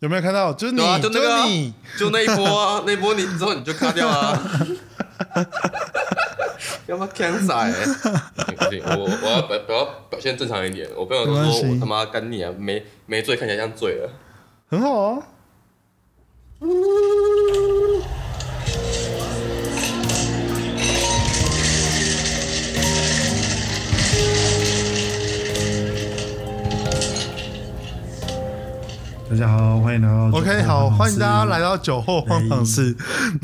有没有看到？就是你， 对啊，就那个、啊， 就是你， 就那一波啊，那一波你之后你就卡掉啊。要不要 cancel？ 不行，我要表现正常一点。我朋友都说我他妈干你啊，没醉看起来像醉了， 很好啊。 大家好，欢迎来到 OK， 好，欢迎大家来到酒后荒唐事。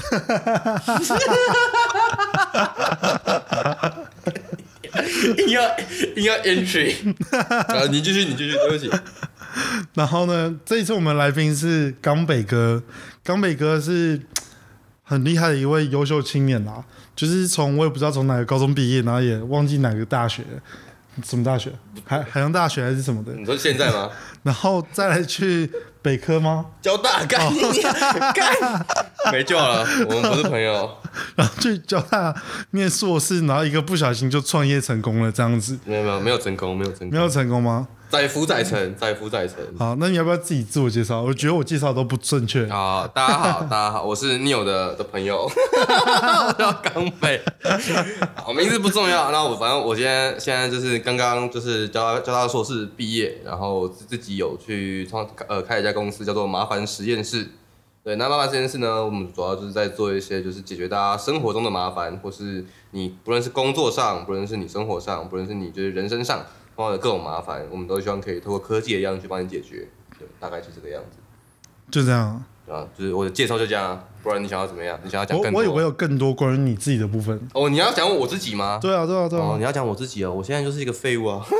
硬要 entry， 你继续，对不起。 然后呢，这一次我们来宾是冈北哥，冈北哥是很厉害的一位优秀青年啦，就是我也不知道从哪个高中毕业，然后也忘记哪个大学，什么大学，海洋大学还是什么的。 你说现在吗？ 然后再来去北科吗？ 交大干你干，没救了，我们不是朋友。 然后去交大念硕士，然后一个不小心就创业成功了，这样子。 没有成功，没有成功吗？ 载浮载沉。 好，那你要不要自己自我介绍？我觉得我介绍都不正确。 好，大家好，我是 Neil 的朋友，我叫冈北。好，名字不重要。那反正我现在就是刚刚就是交大硕士毕业，然后自己有去开了一家公司叫做麻烦实验室。对，那麻烦实验室呢，我们主要就是在做一些就是解决大家生活中的麻烦，或是你不论是工作上，不论是你生活上，不论是你就是人生上碰到的各种麻烦，我们都希望可以透过科技的样子去帮你解决。对，大概是这个样子。 就这样啊，就是我的介绍就这样啊，不然你想要怎么样？你想要讲更多？ 我以为有更多关于你自己的部分。 哦，你要讲我自己吗？ 对啊。 哦，你要讲我自己哦，我现在就是一个废物啊。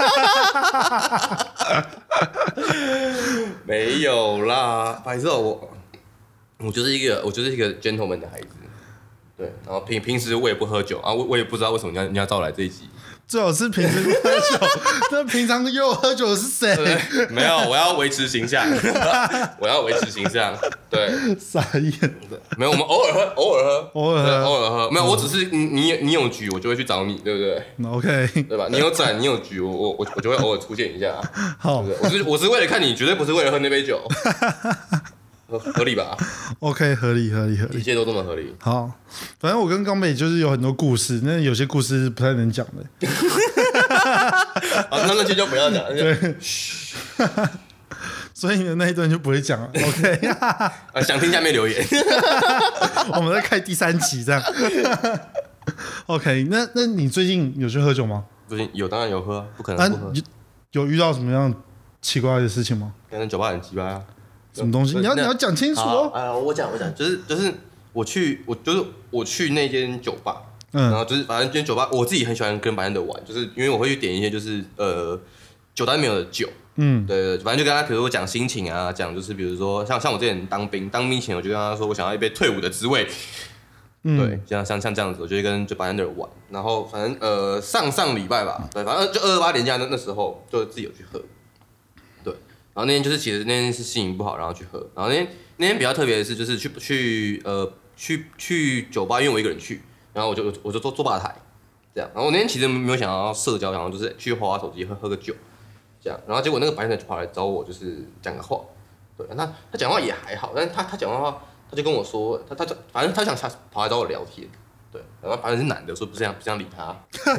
没有啦，白痴哦，我就是一个 gentleman 的孩子。对，然后平时我也不喝酒啊，我也不知道为什么你要找我来这一集。 最好是平时不喝酒，那平常约我喝酒的是谁？ 没有，我要维持形象，对， 傻眼。 没有，我们偶尔喝，没有，我只是你有局，我就会去找你，对不对 ？OK， 对吧？你有展，你有局，我就会偶尔出现一下。 好， 对不对？我是为了看你，绝对不是为了喝那杯酒。合理吧 ？OK， 合理， 一切都这么合理。 好，反正我跟冈北就是有很多故事，那有些故事是不太能讲的。 好，那就不要讲。 对，所以那一段就不会讲了。OK， 想听下面留言。 我们再开第3集这样。OK， 那你最近有去喝酒吗？ 最近有，当然有喝，不可能不喝。 有遇到什么样奇怪的事情吗？ 可能酒吧很鸡掰啊。 什么东西？你要讲清楚哦。 我讲，就是我去那间酒吧，然后就是反正那间酒吧我自己很喜欢跟白人的玩，就是因为我会去点一些就是酒单没有的酒，对，反正就跟他比如说讲心情啊，讲就是比如说像我之前当兵前我就跟他说我想要一杯退伍的滋味，对，像这样子，我就会跟就白人的玩，然后反正上礼拜吧，对，反正就228连假那时候就自己有去喝。然后那天就是其实那天是心情不好，然后去喝。然后那天比较特别的是，就是去酒吧，因为我一个人去，然后我就坐吧台，这样。然后我那天其实没有想要社交，然后就是去滑手机喝个酒，这样。然后结果那个白人就跑来找我，就是讲个话，对，那他讲话也还好，但是他讲话他就跟我说，反正他想跑来找我聊天。对，然后反正是男的，所以不想理他。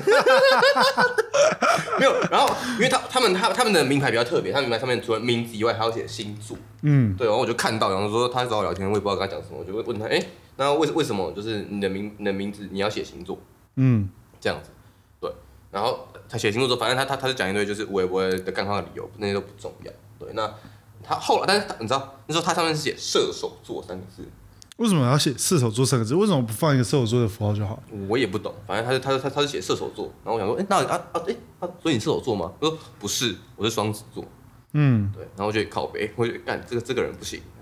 没有，然后因为他们的名牌比较特别，他们名牌上面除了名字以外，还要写星座。对，然后我就看到，然后说他找我聊天，我也不知道跟他讲什么，我就问他，那为什么就是你的名字你要写星座？这样子。对，然后他写星座之后，反正他就讲一堆就是我也不会的干话的理由，那些都不重要。对，那他后来，但是你知道那时候他上面是写射手座3个字。 为什么要写射手座3个字？为什么不放一个射手座的符号就好？ 我也不懂，反正他是写射手座，然后我想说，所以你射手座吗？他说不是，我是双子座。对，然后我就靠北，我就干这个人不行。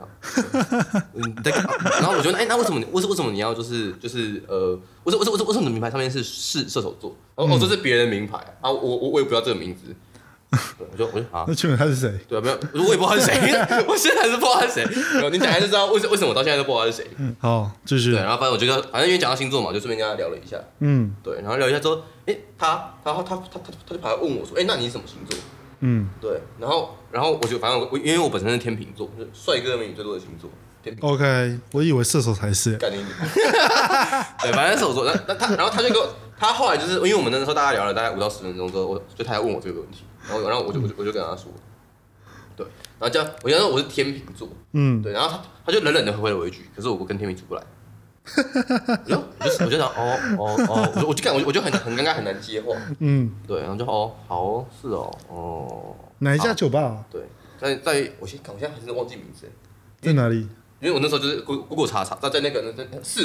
然后我觉得，那为什么你要就是为什么你的名牌上面是射手座？这是别人的名牌啊，我也不知道这个名字。我就啊， 那请问他是谁？ 对啊，没有，我也不知道他是谁，我现在还是不知道他是谁。你讲还是知道为什么我到现在都不知道他是谁。 好，继续。 对，然后反正我觉得，反正因为讲到星座嘛，就顺便跟他聊了一下。对，然后聊一下之后，他就跑来问我说，那你是什么星座？ 对，然后我就反正因为我本身是天秤座，就是帅哥美女最多的星座。 OK， 我以为射手才是。 干你！对，反正射手座。然后他就跟我，他后来就是因为我们那时候大概聊了大概5到10分钟之后，他还问我这个问题，然后我就跟他说，对，然后我就说我是天秤座，对，然后他就冷冷的回了我一句，可是我跟天秤出不来。我就想我就很尴尬，很难接话，对，然后就好是哦， 哪一家酒吧啊？ 对，在我现在还是忘记名字， 在哪里？ 因为我那时候就是 Google 查，在那个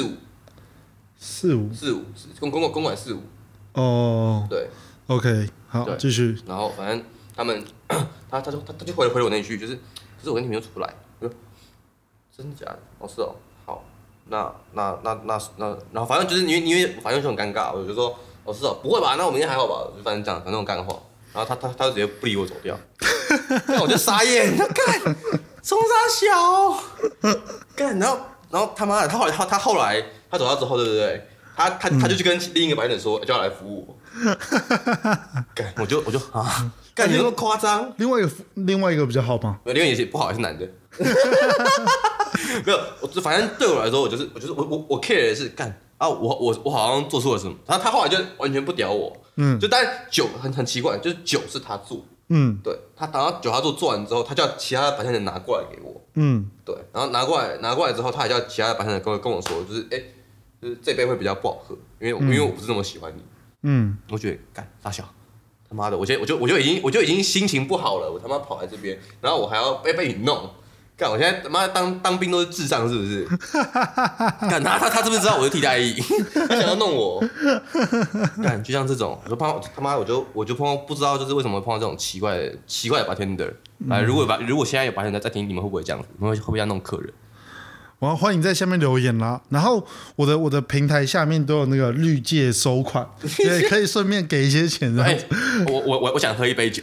45公馆45。哦，对 ，OK， 好，继续。 然后反正他们他就回了我那一句，就是可是我跟你们又出不来，我说真的假的？哦是哦，好，那然后反正就是因为反正就很尴尬，我就说哦是哦，不会吧？那我明天还好吧？就反正讲那种干话，然后他就直接不理我走掉，那我就傻眼，干。冲啥小？干，然后他妈的，他后来他走掉之后，对不对？他就去跟另一个白人说，叫他来服务我。干，我就啊，干你那么夸张？ 另外一个比较好吗？ 另外一个也不好，也是男的。没有，反正对我来说，我 care 的是干啊，我好像做错了什么。然后他后来就完全不屌我，就但酒很奇怪，就是酒是他做。对，他等到酒他做完之后，他叫其他的白天人拿过来给我。对，然后拿过来之后，他还叫其他的白天人跟我说，就是就是这杯会比较不好喝，因为我不是那么喜欢你。我觉得干傻小，他妈的，我就已经心情不好了，我他妈跑来这边，然后我还要被你弄。干！我现在他妈当兵都是智障是不是？干他知不知道我是替代役？他想要弄我。干，就像这种，我就碰到他妈我就碰到不知道就是为什么碰到这种奇怪的 bartender。如果现在有 bartender在听，你们会不会这样子？你们会不会这样弄客人？ 我要欢迎在下面留言啦。然后我的平台下面都有那个绿界收款，也可以顺便给一些钱。 我想喝一杯酒。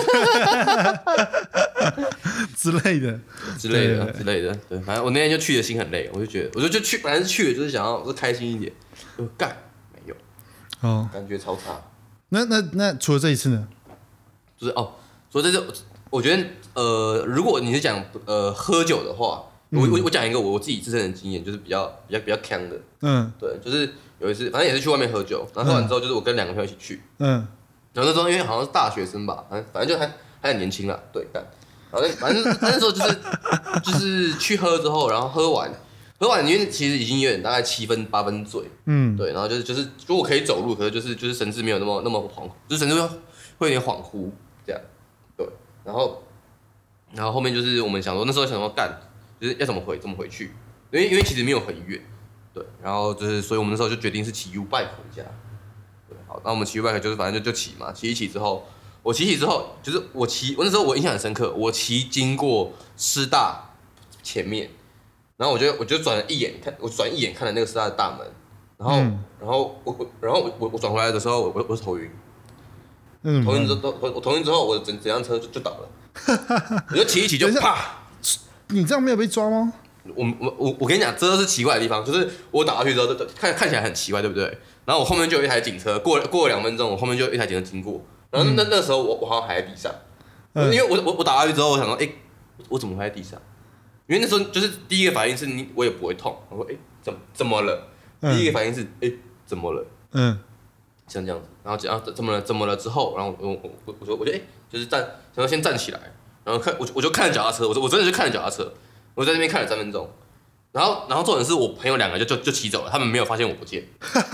之类的， 对，反正我那天就去的心很累，我就去，本来是去的就是想要开心一点，就干没有，感觉超差。 那除了这一次呢？ 就是所以这就我觉得如果你是讲喝酒的话，我讲一个我自己自身的经验，就是比较强的，对，就是有一次反正也是去外面喝酒，然后喝完之后就是我跟2个朋友一起去，然后那时候因为好像是大学生吧，反正就还很年轻啦，对干。反正那时候就是去喝之后，然后喝完，因为其实已经有点大概7分8分醉，对，然后就是如果可以走路，可是就是神志没有那么恍，就是神志会有点恍惚这样，对，然后后面就是我们想说那时候想说干，就是要怎么回去，因为其实没有很远，对，然后就是所以我们那时候就决定是骑 U-Bike 回家，对，好，那我们骑 U-Bike 就是反正就骑嘛，骑一骑之后。我骑之后，就是我那时候我印象很深刻，我骑经过师大前面，然后我就转了一眼看，我转一眼看了那个师大的大门，然后我转回来的时候，我是头晕，头晕之后，我整辆车就倒了，我就骑一骑就啪， 你这样没有被抓吗？ 我跟你讲，这都是奇怪的地方，就是我倒下去之后，看起来很奇怪，对不对？然后我后面就有一台警车，过了2分钟，我后面就有一台警车经过。然后那时候我好像还在地上，因为我打下去之后，我想说，我怎么会在地上？因为那时候就是第一个反应是我也不会痛，我说怎么了？第一个反应是怎么了？像这样子，然后怎么了之后，然后我说就是然后先站起来，然后我就看着脚踏车，我真的就看着脚踏车，我在那边看了3分钟。然后重点是我朋友2个就骑走了，他们没有发现我不见。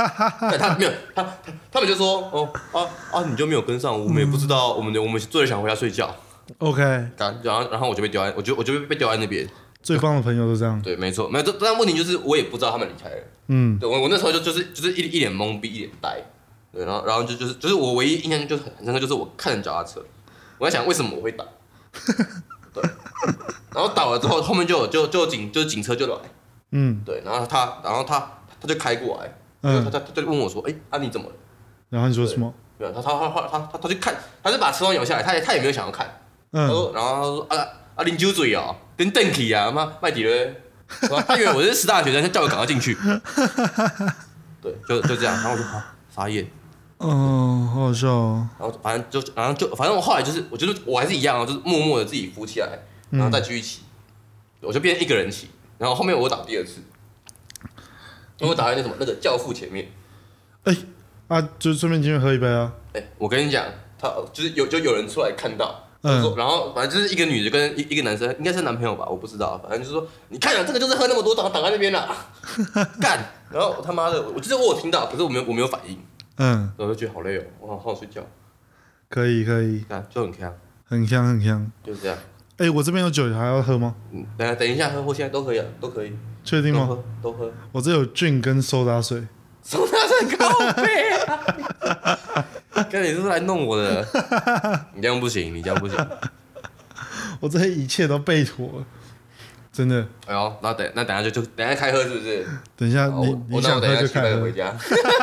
他们就说你就没有跟上，我们也不知道，我们坐着想回家睡觉。 OK， 然后我就被丢在，我就被丢在那边。 最棒的朋友都这样。 对，没错，没有。但问题就是我也不知道他们离开了。对，我那时候就是一脸懵逼，一脸呆。对，然后就是我唯一印象就是很深刻，就是我看着脚踏车，我在想为什么我会倒。对，然后倒了之后，后面就警车就来，对，然后他就开过来，他就问我说，你怎么了？ 然后你说什么？ 没有，他就看，他就把车窗摇下来，他也没有想要看，然后他说啉酒醉哦，跟邓起啊，妈麦迪嘞，他以为我是师大学生，他叫我赶快进去，对，就这样，然后我就傻眼， 哦，好好笑哦。 然后反正我后来就是，我觉得我还是一样就是默默的自己扶起来，然后再继续骑，我就变成一个人骑，然后后面我打第2次，因为我打在那个教父前面。 就顺便进去喝一杯啊。 我跟你讲，他就是有人出来看到。然后反正就是一个女的跟一个男生，应该是男朋友吧，我不知道。反正就是说，你看这个就是喝那么多挡在那边了，干。然后他妈的，我有听到，可是我没有反应。我就觉得好累哦，我好想睡觉。可以，干就很香， 就是这样。 我这边有酒，还要喝吗？ 等一下喝，或现在都可以啊，都可以。 确定吗？ 都喝。 我这有菌跟苏打水。 苏打水靠背啊！看你是不是来弄我的？你这样不行。 我这一切都备妥了，真的。 哎呦，那等下就等下开喝是不是？ 等一下你想喝就开喝。 回家。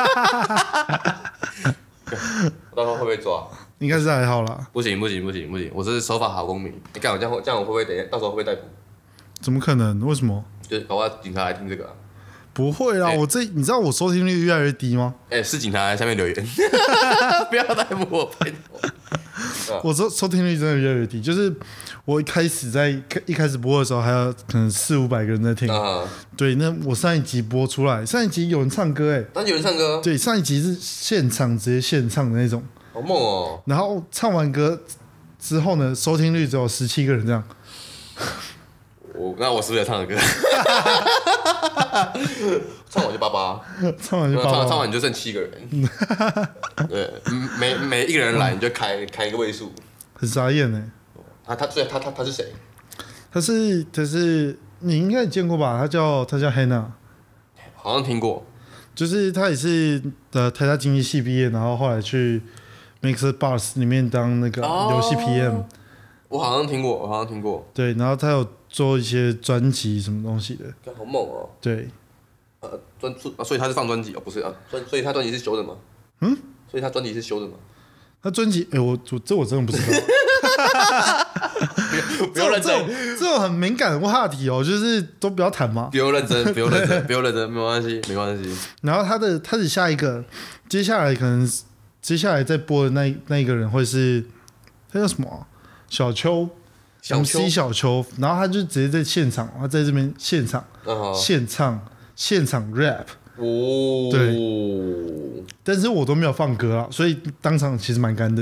我到时候会不会抓？ 应该是还好啦。 不行，我是守法好公民。你看我这样我会不会到时候会不会逮捕？ 怎么可能？为什么？ 就是搞不好警察来听这个。 不会啦，你知道我收听率越来越低吗？ 是警察在下面留言，不要逮捕我，拜托。 我收听率真的越来越低，就是我一开始播的时候，还有可能400-500个人在听。对，那我上一集播出来，上一集有人唱歌有人唱歌？ 对，上一集是现场直接现唱的那种， 好猛哦。 然后唱完歌之后呢，收听率只有17个人这样。 那我是不是也唱的歌？唱完就88，唱完你就剩7个人。对，每一个人来你就开一个位数， 很傻眼呢。 他是谁？ 他是你应该也见过吧？他叫 Hannah， 好像听过。 就是他也是台大经济系毕业，然后后来去 Mixer Bars 里面当那个游戏 PM。 我好像听过。对， 然后他有做一些专辑什么东西的， 好猛哦。对，所以他是放专辑哦，不是啊？所以他专辑是修的吗？所以他专辑是修的吗？ 他专辑，我真的不知道。 不用认真， 这种很敏感的话题哦，就是都不要谈嘛。 不用认真，没关系。 然后他的下一个，接下来再播的那一个人会是他叫什么啊？小秋。MC 小秋，然后他就直接在现场，他在这边现场现场 rap。对，但是我都没有放歌啊，所以当场其实蛮干的。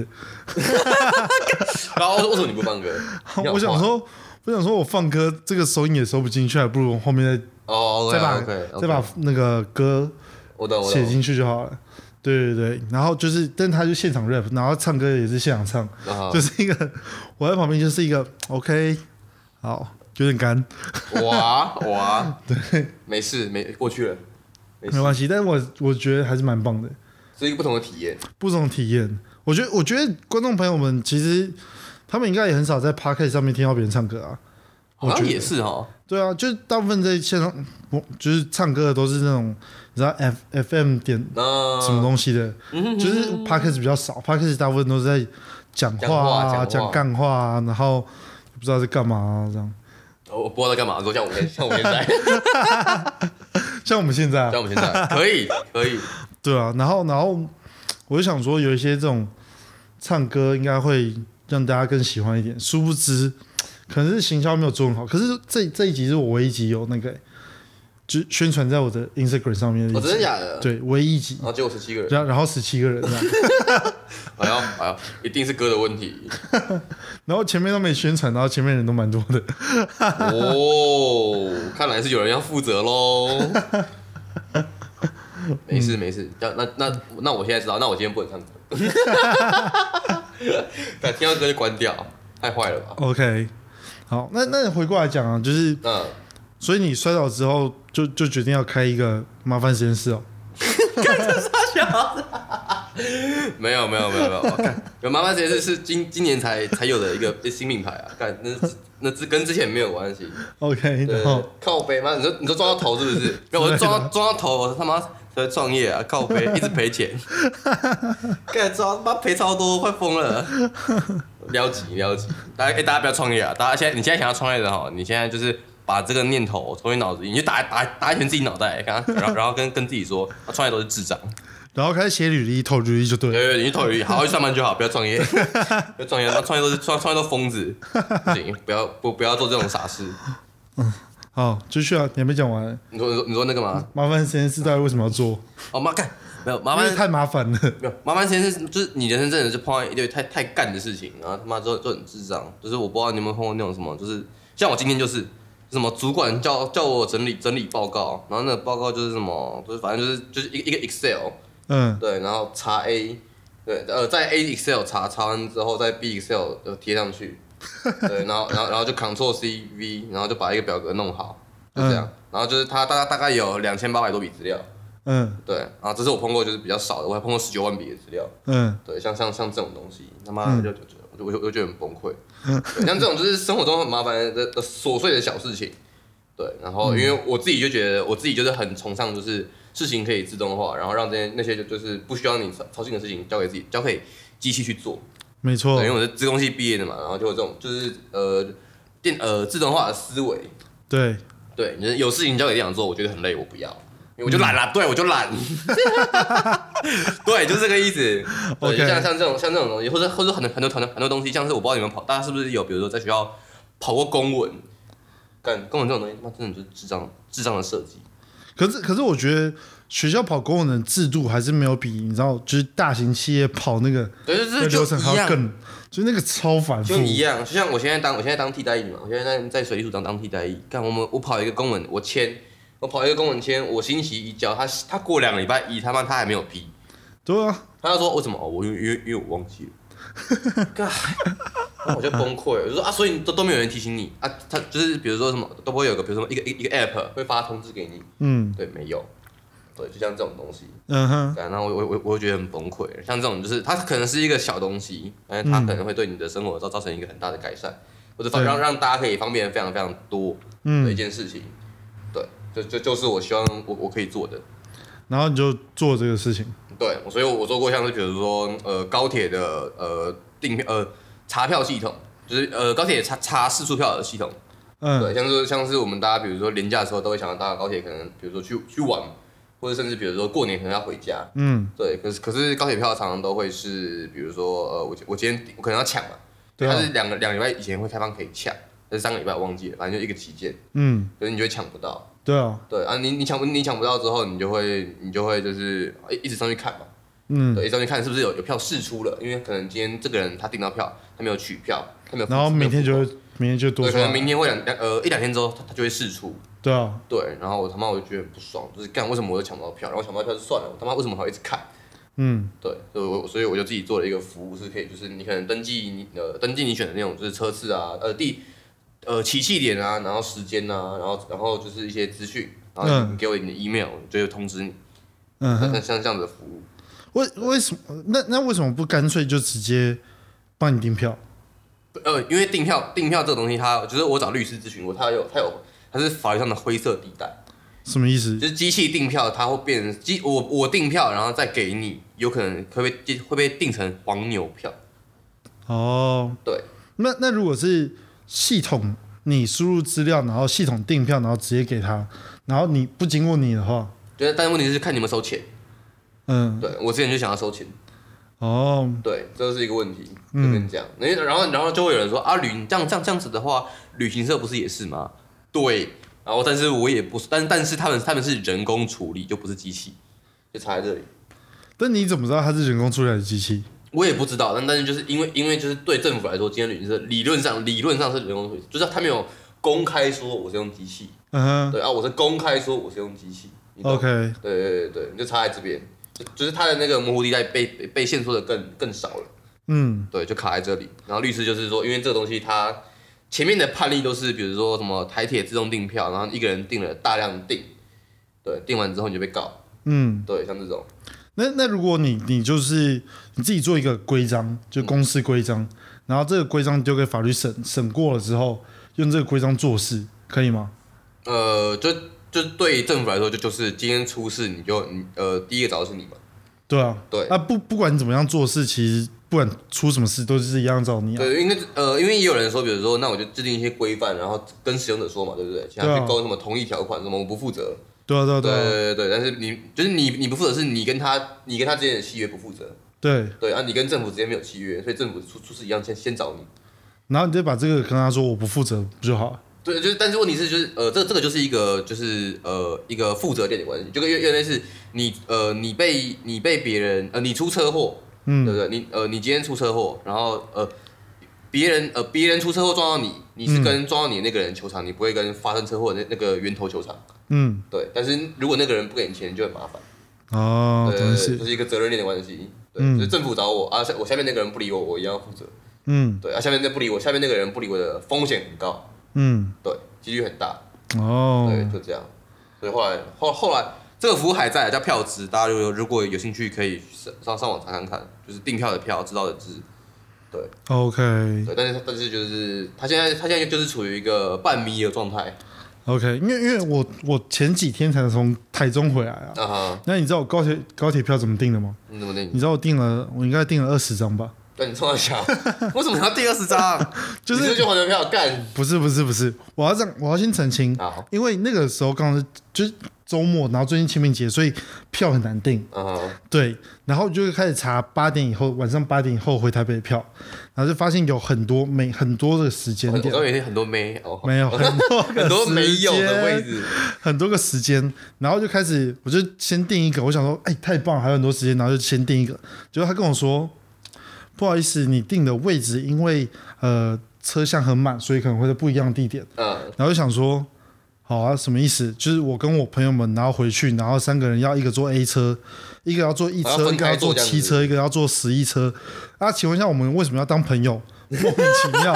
然后为什么你不放歌？ 我想说我放歌这个收音也收不进去，还不如后面再把那个歌写进去就好了。对，然后就是，但他就现场 rap， 然后唱歌也是现场唱，就是一个我在旁边就是一个 OK， 好，有点干。 哇，对，没事，过去了， 没关系。但是我觉得还是蛮棒的， 是一个不同的体验。我觉得观众朋友们其实他们应该也很少在 Podcast 上面听到别人唱歌啊。 好像也是哦。 对啊，就是大部分在线上就是唱歌的都是那种你知道 FM 点什么东西的，就是 Podcast 比较少 ，Podcast 大部分都是在讲话啊、讲干话啊，然后不知道在干嘛啊这样。 我不知道在干嘛，说像我们现在， 像我们现在， 可以。 对啊，然后我就想说，有一些这种唱歌应该会让大家更喜欢一点，殊不知。可能是行销没有做很好，可是这一集是我唯一一集有那个，就宣传在我的 Instagram 上面的一集。 真的假的？ 对，唯一一集。 然后结果17个人。 然后17个人这样。 哎呦，一定是歌的问题。 然后前面都没宣传，然后前面人都蛮多的。 看来是有人要负责喽。没事，那我现在知道，那我今天不能唱歌。听到歌就关掉，太坏了吧 ？OK。好，那回过来讲啊，就是所以你摔倒之后就决定要开一个麻烦实验室哦。 干这傻小子！没有，有麻烦实验室是今年才有的一个新品牌啊。干那跟之前没有关系。 OK， 对，靠背吗？你说撞到头是不是？我撞到头，我他妈在创业啊，靠背一直赔钱。干妈赔超多，快疯了。撩急，大家不要创业啊！你现在想要创业的哈，你现在就是把这个念头从你脑子里，你就打一拳自己脑袋，然后跟自己说，创业都是智障。 然后开始写履历，投履历就对了。 对，你去投履历，好好去上班就好，不要创业，不要创业，创业都疯子，不行，不要做这种傻事。 好，继续啊，你还没讲完。 你说那个吗？ 麻烦实验室到底为什么要做？ 哦，干没有麻烦， 太麻烦了。 没有麻烦实验室，就是你人生真的就碰到一堆太干的事情，然后他妈就很智障。就是我不知道你有没有碰过那种什么，就是像我今天就是什么主管叫我整理报告，然后那个报告就是什么，就是反正就是一个 Excel， 对，然后查 A， 对，在 A Excel 查完之后，在 B Excel 贴上去。对，然后就 Ctrl+C+V， 然后就把一个表格弄好，就这样。然后就是它大概有2800多笔资料，对。然后这是我碰过就是比较少的，我还碰过19万笔的资料，对，像这种东西，他妈的我就觉得很崩溃。像这种就是生活中很麻烦的琐碎的小事情，对。然后因为我自己就觉得我自己就是很崇尚就是事情可以自动化，然后让那些就是不需要你操心的事情交给机器去做。 没错， 因为我是资工系毕业的嘛，然后就有这种就是自动化的思维。对，你有事情交给电脑做，我觉得很累，我不要，因为我就懒啦。对，我就懒。对，就是这个意思。对，像这种东西，或者很多东西，像是我不知道你们大家是不是有，比如说在学校跑过公文，公文这种东西，他妈真的就是智障的设计。 可是我觉得学校跑公文的制度还是没有比你知道，就是大型企业跑那个流程还要更，就那个超繁复。 就一样，就像我现在当替代役嘛，我现在在水利署当替代役。看我跑一个公文，我跑一个公文签，我星期一交，他过2个礼拜一，他还没有批。 对啊， 他就说为什么？因为我忘记了。然后我就崩溃了，我就说所以都没有人提醒你啊？他就是比如说什么都不会有个，比如说一个 app 会发通知给你，对，没有，对，就像这种东西，然后我会觉得很崩溃。像这种就是它可能是一个小东西，但是它可能会对你的生活造成一个很大的改善，或者让大家可以方便非常非常多的一件事情，对，就是我希望我可以做的。 然后你就做这个事情， 对，所以我做过像是比如说高铁的查票系统，就是高铁查试出票的系统，对，像是我们大家比如说连假的时候都会想要搭高铁，可能比如说去玩，或者甚至比如说过年可能要回家，对，可是高铁票常常都会是比如说我今天我可能要抢嘛，对，它是两个礼拜以前会开放可以抢，但是3个礼拜我忘记了，反正就一个期间，可是你就会抢不到， 对啊， 对啊，你抢不到之后，你就会就是一直上去看嘛。对，一上去看是不是有票释出了，因为可能今天这个人他订到票，他没有取票，他没有， 然后明天就多出来， 对，可能明天会1-2天之后他就会释出， 对啊， 对，然后我就觉得很不爽，就是为什么我又抢不到票，然后抢不到票就算了，我他妈为什么还要一直看？对，所以我就自己做了一个服务，是可以就是你可能登记你选的那种就是车次啊，起讫点啊，然后时间啊，然后就是一些资讯，然后你给我你的 email， 我就会通知你，像这样子的服务。 为什么那为什么不干脆就直接帮你订票？ 因为订票这个东西，它就是我找律师咨询过，它是法律上的灰色地带。 什么意思？ 就是机器订票，它会变成我订票，然后再给你，有可能会被订成黄牛票。哦，对。 那如果是系统你输入资料，然后系统订票，然后直接给他，然后你不经过你的话， 但是问题是看你们收钱。对，我之前就想要收钱。哦，对，这是一个问题，就跟你讲。然后就会有人说这样子的话，旅行社不是也是吗？对，然后但是我也不是，但是他们是人工处理，就不是机器，就差在这里。 但你怎么知道它是人工处理的机器？ 我也不知道，但是就是因为就是对政府来说，今天旅行社理论上是人工处理，就是他没有公开说我是用机器。对啊，我是公开说我是用机器。 OK， 对，就差在这边。就是他的那个模糊地带被限缩的更少了，对，就卡在这里。然后律师就是说，因为这个东西他前面的判例都是，比如说什么台铁自动订票，然后一个人订了大量订，对，订完之后你就被告，对，像这种。 那如果你就是你自己做一个规章，就公司规章，然后这个规章丢给法律审过了之后，用这个规章做事，可以吗？ 就对政府来说，就是今天出事，你第一个找的是你嘛。 对啊， 对。 不管你怎么样做事，其实不管出什么事，都是一样找你啊。 对，因为也有人说，比如说，那我就制定一些规范，然后跟使用者说嘛，对不对？像去勾什么同意条款，什么我不负责。 对啊，对啊，对啊， 对，但是你不负责，是你跟他之间的契约不负责。对啊，你跟政府之间没有契约，所以政府出事一样先找你， 然后你再把这个跟他说我不负责不就好了？ 对，但是问题是这个就是一个一个负责链的关系，就跟原来是你被别人你出车祸，对不对？你今天出车祸，然后别人出车祸撞到你是跟撞到你的那个人求偿，你不会跟发生车祸的那个源头求偿。对。但是如果那个人不给你钱，就很麻烦。 哦， 对，就是一个责任链的关系。对，就是政府找我啊，我下面那个人不理我，我一样要负责。对啊，下面那个人不理我的风险很高。对，几率很大。对，就这样。所以后来这个服务还在，叫票支，大家如果有兴趣可以上网查看看，就是订票的票，知道的知。对 ，OK， 对，但是就是他现在就是处于一个半迷的状态。 OK， 因为我前几天才从台中回来啊。那你知道我高铁票怎么订的吗？ 怎么订？ 你知道我应该订了20张吧？ 对，你冲我笑，为什么要订20张？就还原票干？ 不是，我要先澄清，因为那个时候刚好就是周末，然后最近清明节，所以票很难订。对，然后就开始查晚上8点以后回台北的票，然后就发现有很多的时间点， 我以为很多没有很多没有的位置， 很多个时间，然后就开始我就先订一个，我想说太棒了，还有很多时间，然后就先订一个，结果他跟我说不好意思，你订的位置因为车厢很满，所以可能会在不一样的地点。然后就想说好啊，什么意思？就是我跟我朋友们，然后回去，然后3个人要一个坐 A 车，一个要坐1车，一个要坐7车，一个要坐11车。请问一下，我们为什么要当朋友？莫名其妙。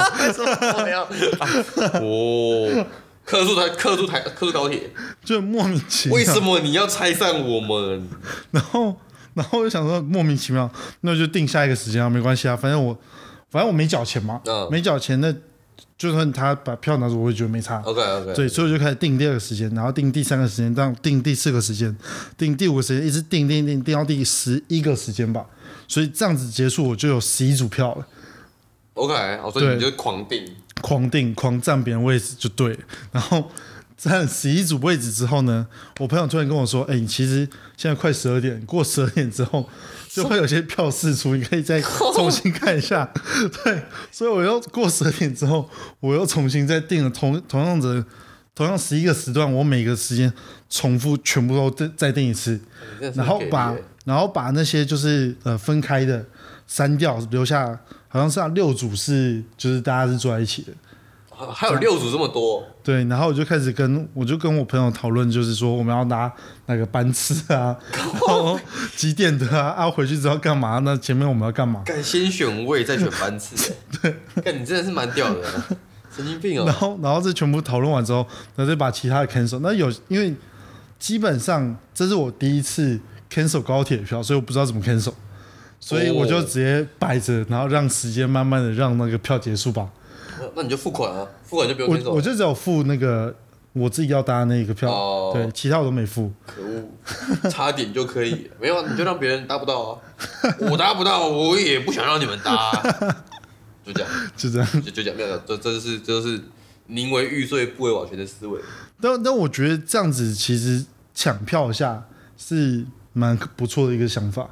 客诉高铁， 就莫名其妙。 为什么你要拆散我们？ 然后我就想说莫名其妙，那就定下一个时间啊，没关系啊，反正我没缴钱嘛，没缴钱那。就算他把票拿走，我也觉得没差。 OK。 对，所以我就开始定第2个时间，然后定第3个时间，到定第4个时间，定第5个时间，一直定到第11个时间吧。所以这样子结束，我就有11组票了。 OK， 所以你就狂占别人位置就对了。然后占11组位置之后呢，我朋友突然跟我说：“你其实现在快12点，过12点之后。”就会有些票释出，你可以再重新看一下。对，所以我又过12点之后，我又重新再订了同样11个时段，我每个时间重复全部都再订一次，然后把那些就是分开的删掉，留下好像是6组就是大家是坐在一起的。 还有6组这么多？ 对，然后我就开始跟我朋友讨论，就是说我们要搭哪个班次啊，然后几点的啊，回去之后干嘛？那前面我们要干嘛？ 先选位再选班次，对，你真的是蛮屌的，神经病哦。 然后这全部讨论完之后，然后再把其他的 cancel。那因为基本上这是我第一次 cancel 高铁票，所以我不知道怎么 cancel， 所以我就直接摆着，然后让时间慢慢的让那个票结束吧。 那你就付款啊，付款就不用 cancel。 我就只有付那个我自己要搭的那个票，对，其他我都没付。 可恶，差点就可以，没有你就让别人搭不到啊，我搭不到，我也不想让你们搭，就这样，就这样，没有，这就是宁为玉碎不为瓦全的思维。 但我觉得这样子其实抢票下是蛮不错的一个想法。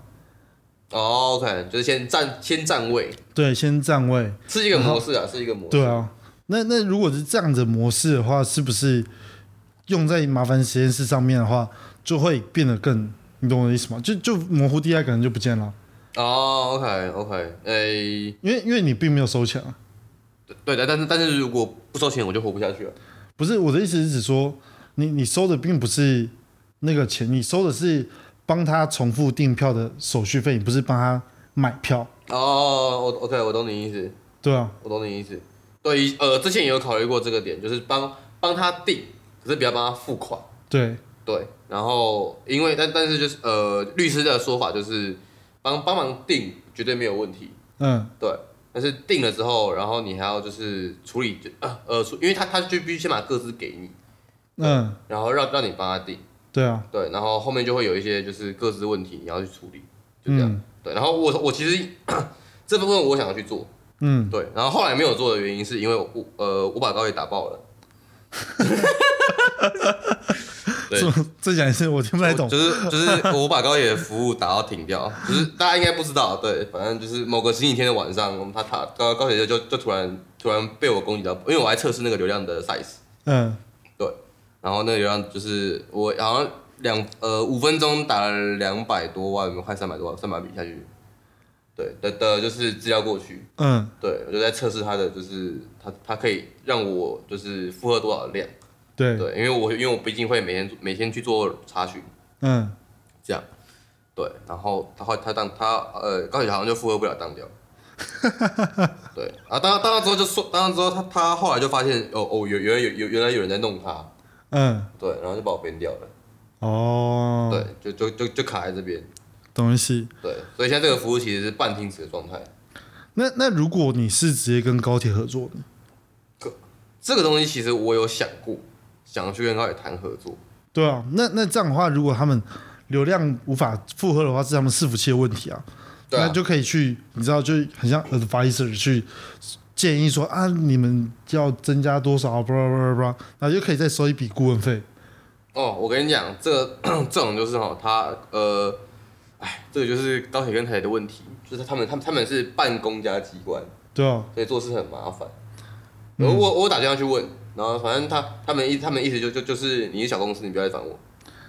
OK， 就是先占位， 对，先占位， 是一个模式啊，是一个模式。 对啊，那如果是这样的模式的话，是不是用在麻烦实验室上面的话，就会变得更，你懂我的意思吗？就模糊地带可能就不见了。 OK， 因为你并没有收钱啊。 对的，但是如果不收钱，我就活不下去了。 不是，我的意思是指说，你收的并不是那个钱，你收的是帮他重复订票的手续费，不是帮他买票。 OK， 我懂你意思。 对啊， 我懂你意思。对，之前也有考虑过这个点，就是帮他订，可是不要帮他付款。 对， 然后因为但是就是律师的说法就是帮忙订绝对没有问题。对。但是订了之后，然后你还要就是处理，因为他就必须先把个资给你，然后让你帮他订。 对啊， 对，然后后面就会有一些就是个资问题你要去处理，就这样。对，然后我其实这部分我想要去做，对，然后后来没有做的原因是因为我把高铁打爆了。 再讲一次，我听不太懂。 就是我把高铁的服务打到停掉，就是大家应该不知道，对，反正就是某个星期天的晚上，高铁就突然被我攻击到，因为我还测试那个流量的 size， 对，然后那个流量就是我好像5分钟打了200多万，快300多万300笔下去。对的，就是资料过去，对，我就在测试它的，就是它可以让我就是负荷多少量，对，因为我毕竟会每天去做查询，这样，对，然后高铁好像就负荷不了当掉，对，啊，当之后他后来就发现原来有人在弄它，对，然后就把我编掉了，对，就卡在这边。 懂意思。 对，所以现在这个服务其实是半停止的状态。 那如果你是直接跟高铁合作呢？ 这个东西其实我有想过，想去跟高铁谈合作。 对啊，那这样的话，如果他们流量无法负荷的话，是他们伺服器的问题啊。那就可以去，你知道，就很像 advisor 去建议说啊，你们要增加多少，然后就可以再收一笔顾问费。 我跟你讲，这种就是这个就是高铁跟台铁的问题，就是他们是办公家机关， 对啊， 所以做事很麻烦。我打电话去问，然后反正他们意思就是你是小公司，你不要来烦我。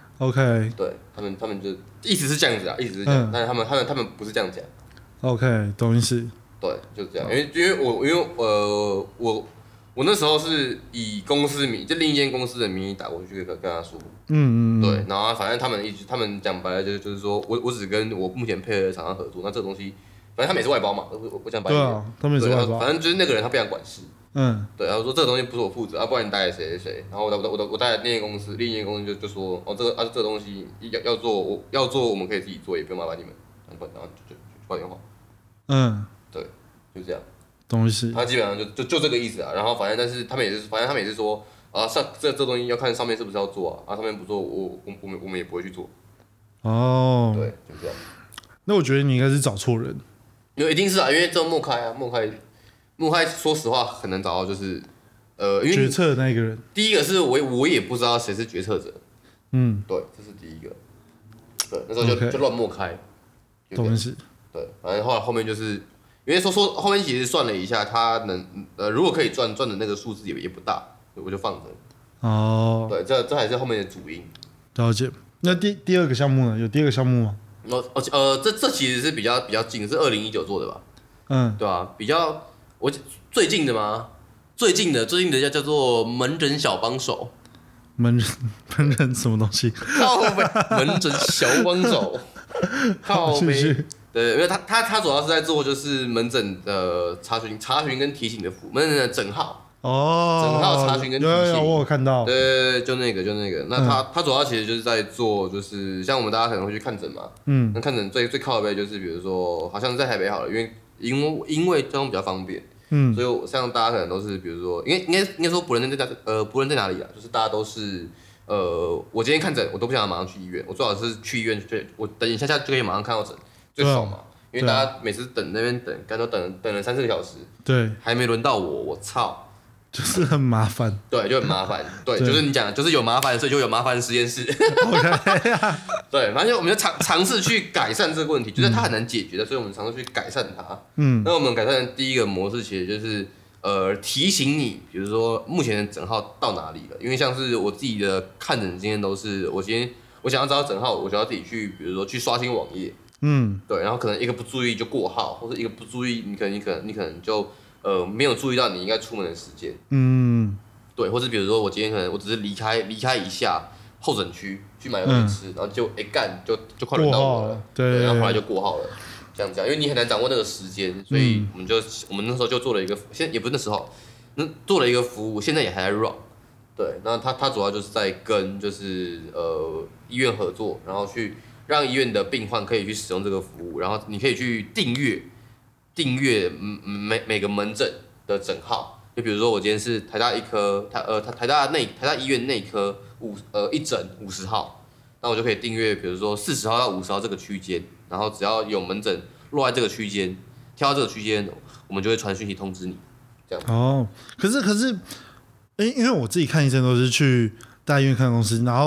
OK， 对他们就意思是这样子啊，意思是这样，但是他们不是这样讲。 OK， 懂意思。 对，就是这样，因为我那时候是以公司名，就另一间公司的名义打过去跟他说，对，然后反正他们讲白了就是说我只跟我目前配合的厂商合作，那这个东西，反正他们也是外包嘛，我讲白一点， 对啊，他们也是外包， 反正就是那个人他不想管事，对，然后说这个东西不是我负责，不然你带给谁，然后我带另一间公司就说这个东西要做我们可以自己做，也不用麻烦你们，然后就挂电话，对，就这样。 懂意思。 他基本上就这个意思啊，然后反正他们也是说啊，这东西要看上面是不是要做啊，上面不做，我们也不会去做。对，就这样。 那我觉得你应该是找错人。 一定是啊，因为这默开，说实话很难找到，就是因为决策的那一个人。 第一个是我也不知道谁是决策者。对，这是第一个。对，那时候就乱默开。 懂意思。 对，反正后面就是。因为说后面其实算了一下，他如果可以赚的那个数字也不大，我就放着。对，这还是后面的主因。 了解。那第二个项目呢？有第二个项目吗？ 这其实是比较近，是2019做的吧？对吧？最近的吗？最近的叫做门诊小帮手。 门诊什么东西？ 靠北，门诊小帮手。靠北。对，因为他主要是在做就是门诊的查询跟提醒的服务，门诊的诊号，诊号查询跟提醒， 我有看到， 对，就那个，那他主要其实就是在做，就是像我们大家可能会去看诊嘛，那看诊最靠北就是比如说，好像是在台北好了，因为交通比较方便，所以像大家可能都是比如说，应该说不论在哪里啊，就是大家都是。我今天看诊，我都不想马上去医院，我最好是去医院，我等一下就可以马上看到诊。最爽嘛，因为大家每次等那边刚都等了3-4个小时，对，还没轮到我操， 就是很麻烦， 对，就很麻烦，对，就是你讲的，就是有麻烦，所以就有麻烦的实验室，OK， 对，反正我们就尝试去改善这个问题，就是它很难解决的，所以我们尝试去改善它，那我们改善的第一个模式其实就是提醒你，比如说目前的诊号到哪里了，因为像是我自己的看诊经验都是，我今天我想要找到诊号，我就要自己去，比如说去刷新网页。对，然后可能一个不注意就过号，或者一个不注意，你可能就没有注意到你应该出门的时间，对，或者比如说我今天可能我只是离开一下候诊区去买东西吃，然后就干就快轮到我了，对，然后后来就过号了，这样，因为你很难掌握那个时间，所以我们那时候就做了一个，现在也不是那时候，做了一个服务，现在也还在 run，对，那它主要就是在跟就是医院合作，然后去。让医院的病患可以去使用这个服务，然后你可以去订阅每个门诊的诊号。就比如说我今天是台大医科，台大医院内科一诊50号，那我就可以订阅，比如说40号到50号这个区间，然后只要有门诊落在这个区间，跳到这个区间，我们就会传讯息通知你。这样。可是，因为我自己看医生都是去大医院看公司，然后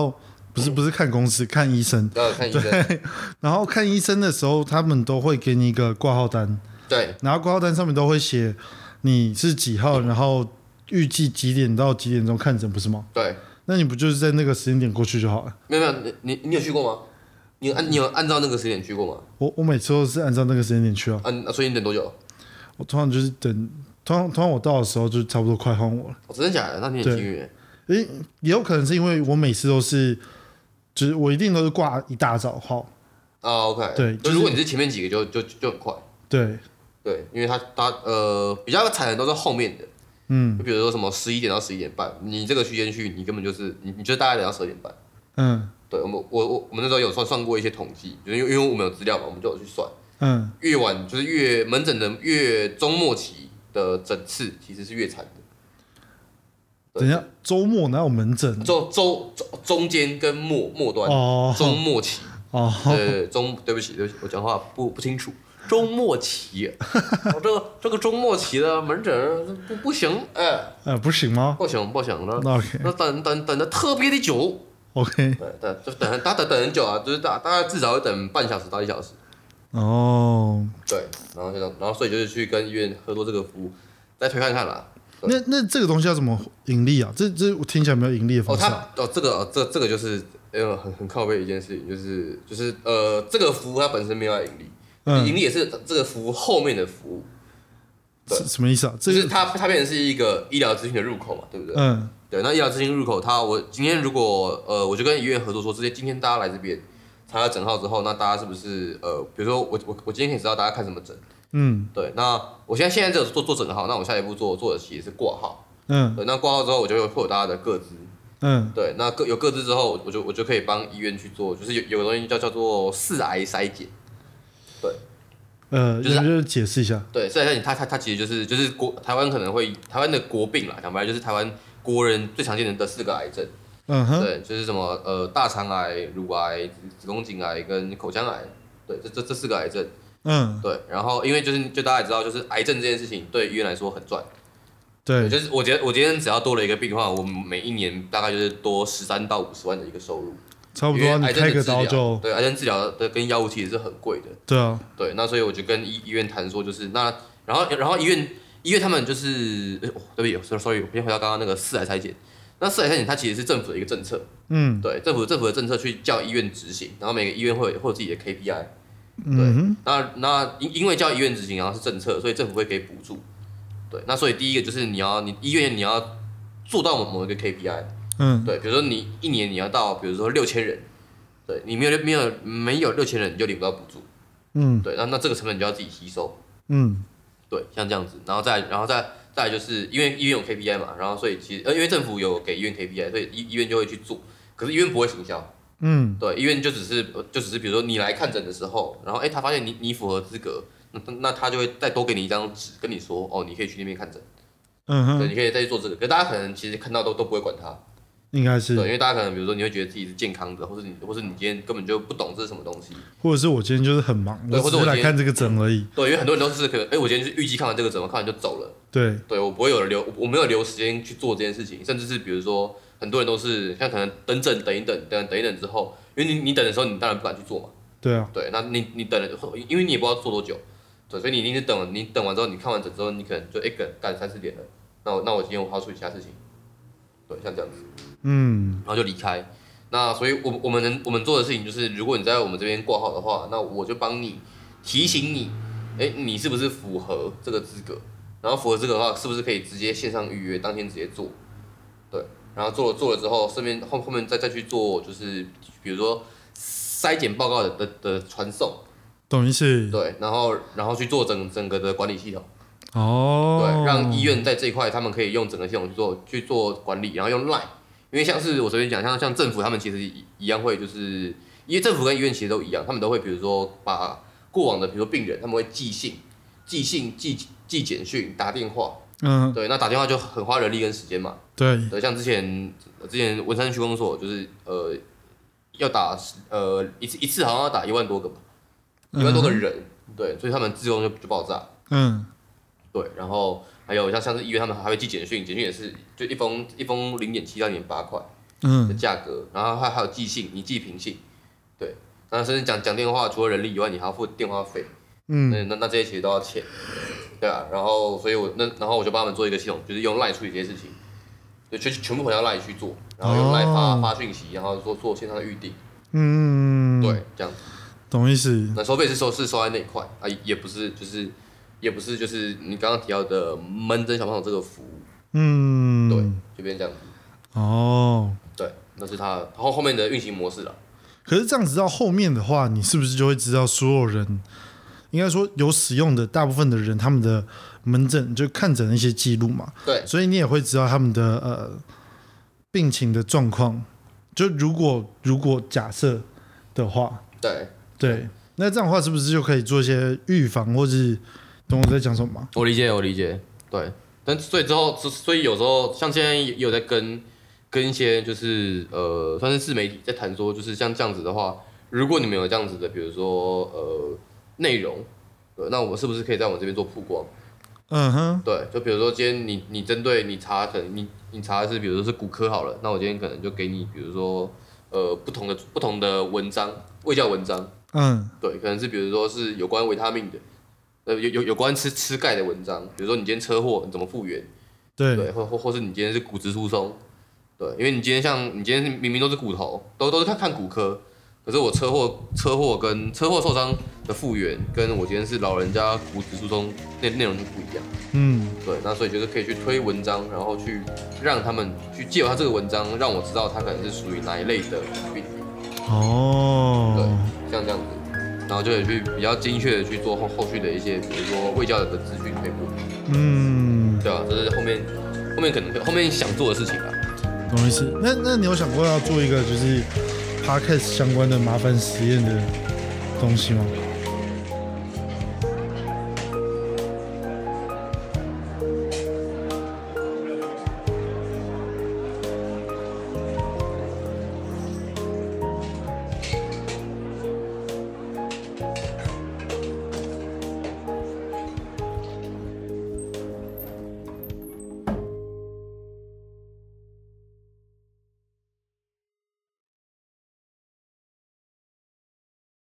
不是看公司，看医生。 看医生。 对，然后看医生的时候，他们都会给你一个挂号单。 对， 然后挂号单上面都会写你是几号，然后预计几点到几点钟看诊，不是吗？ 对。 那你不就是在那个时间点过去就好了？ 没有，你有去过吗？你有按照那个时间点去过吗？ 我每次都是按照那个时间点去啊。 所以你等多久？ 我通常就是等，通常我到的时候就差不多快换我了。 真的假的？那你很幸运。 也有可能是因为我每次都是，就是我一定都是挂一大早号。 OK。 对， 就如果你是前面几个就很快。 对， 因为他比较惨的都是后面的。就比如说什么11点到11点半，你这个区间去，你根本就是你就大概等到12点半。对，我们那时候有算过一些统计，就是因为我们有资料嘛，我们就有去算。越晚就是越门诊的越中末期的诊次，其实是越惨的。 等一下，周末哪有门诊？ 中间跟末端，中末期。对不起，我讲话不清楚。中末期，这个中末期的门诊不行， 不行吗？ 不行了。 那等的特别的久。 OK。 对，就等很久啊，就是大概至少会等半小时到1小时。对，然后所以就是去跟医院合作这个服务，再推看看啦。 那这个东西要怎么盈利啊？这我听起来没有盈利的方式。 这个就是很靠背的一件事情，就是这个服务它本身没有要盈利。盈利也是这个服务后面的服务。 什么意思啊？ 就是它变成是一个医疗资讯的入口嘛，对不对？对，那医疗资讯入口，我今天如果我就跟医院合作说，直接今天大家来这边查了诊号之后，那大家是不是比如说我今天可以知道大家看什么诊？对，那我现在只有做诊号，那我下一步做的其实是挂号。对，那挂号之后我就会有大家的个资。对，那有个资之后，我就可以帮医院去做，就是有个东西叫做4癌筛检。对， 就是解释一下。 对，4癌筛检它其实就是台湾台湾的国病啦，讲白了就是台湾国人最常见的4个癌症。对，就是什么大肠癌、乳癌、子宫颈癌跟口腔癌。对，这4个癌症。对，然后因为就大家也知道，就是癌症这件事情对医院来说很赚。对，就是我今天只要多了一个病患，我们每一年大概就是多13到50万的一个收入。差不多，你开个刀就对，癌症治疗的跟药物其实是很贵的。 对啊。 对，那所以我就跟医院谈说，就是那然后医院他们就是对不起 ，sorry， 我先回到刚刚那个4癌筛检。那4癌筛检它其实是政府的一个政策。对，政府的政策去叫医院执行，然后每个医院会有自己的 KPI。对，那因为叫医院执行，然后是政策，所以政府会给补助。对，那所以第一个就是你医院你要做到某一个 KPI。对，比如说你一年你要到，比如说6000人，对你没有6000人你就领不到补助。对，那这个成本你就要自己吸收。对，像这样子，然后再来就是因为医院有 KPI 嘛，然后所以其实因为政府有给医院 KPI，所以医院就会去做，可是医院不会行销。对，医院就只是比如说你来看诊的时候，然后他发现你符合资格，那他就会再多给你一张纸，跟你说你可以去那边看诊。对，你可以再去做这个，可是大家可能其实看到都不会管它。 应该是对，因为大家可能比如说你会觉得自己是健康的，或是你今天根本就不懂这是什么东西， 或者是我今天就是很忙，我只是来看这个诊而已。 对，因为很多人都是可能我今天是预计看完这个诊，我看完就走了。 对， 我不会我没有留时间去做这件事情，甚至是比如说很多人都是像可能等诊等一等之后，因为你等的时候你当然不敢去做嘛。 对啊。 对，那你等了，因为你也不知道做多久，对，所以你一定是等完之后，你看完诊之后，你可能就干3-4点了，那我今天我还要处理其他事情。对，像这样子。然后就离开。那所以我们做的事情就是，如果你在我们这边挂号的话，那我就帮你提醒你，你是不是符合这个资格？然后符合这个的话，是不是可以直接线上预约，当天直接做？对，然后做了之后，顺便后面再去做，就是比如说筛检报告的传送。 懂意思？ 对，然后去做整个的管理系统。对，让医院在这一块，他们可以用整个系统去做管理，然后用 Line。因为像是我随便讲，像政府他们其实一样会，就是因为政府跟医院其实都一样，他们都会比如说把过往的比如说病人，他们会寄信、寄简讯、打电话。对，那打电话就很花人力跟时间嘛。 对， 像之前文山区公所就是要打一次好像要打1万多个吧，1万多个人。对，所以他们自用就爆炸。对，然后还有像是医院，他们还会寄简讯，简讯也是就一封0.7到0.8块。 的价格，然后还有寄信，你寄平信，对，那甚至讲电话，除了人力以外，你还要付电话费，那这些其实都要钱，对啊，然后所以然后我就帮他们做一个系统，就是用 LINE 处理这些事情，对，全部回到 LINE 去做，然后用 LINE 发讯息，然后做线上的预订，对，这样子， 懂意思。 那收费是收在那一块啊，也不是就是你刚刚提到的门诊小帮手这个服务，对，就变这样子。对，那是它后面的运行模式了。 可是这样子到后面的话，你是不是就会知道所有人，应该说有使用的大部分的人，他们的门诊就看诊的一些记录嘛？ 对， 所以你也会知道他们的病情的状况。就如果假设的话，对，那这样的话是不是就可以做一些预防，或是懂我在讲什么吗？ 我理解，对。但所以有时候像现在也有在跟一些就是算是自媒体在谈说，就是像这样子的话，如果你们有这样子的，比如说内容，那我们是不是可以在我们这边做曝光？对，就比如说今天你针对你查可能你查的是比如说是骨科好了，那我今天可能就给你比如说不同的文章，卫教文章，对，可能是比如说是有关维他命的，有关吃钙的文章，比如说你今天车祸你怎么复原，对，或是你今天是骨质疏松，对，因为你今天明明都是骨头，都是看骨科。可是我车祸跟车祸受伤的复原，跟我今天是老人家骨质疏松内容就不一样。对，那所以就是可以去推文章，然后去让他们去借由他这个文章，让我知道他可能是属于哪一类的病。对，像这样子，然后就可以去比较精确的去做后续的一些，比如说卫教的资讯推播。对啊，这是后面可能后面想做的事情啦。 懂意思？那你有想过要做一个就是 Podcast 相关的麻烦实验的东西吗？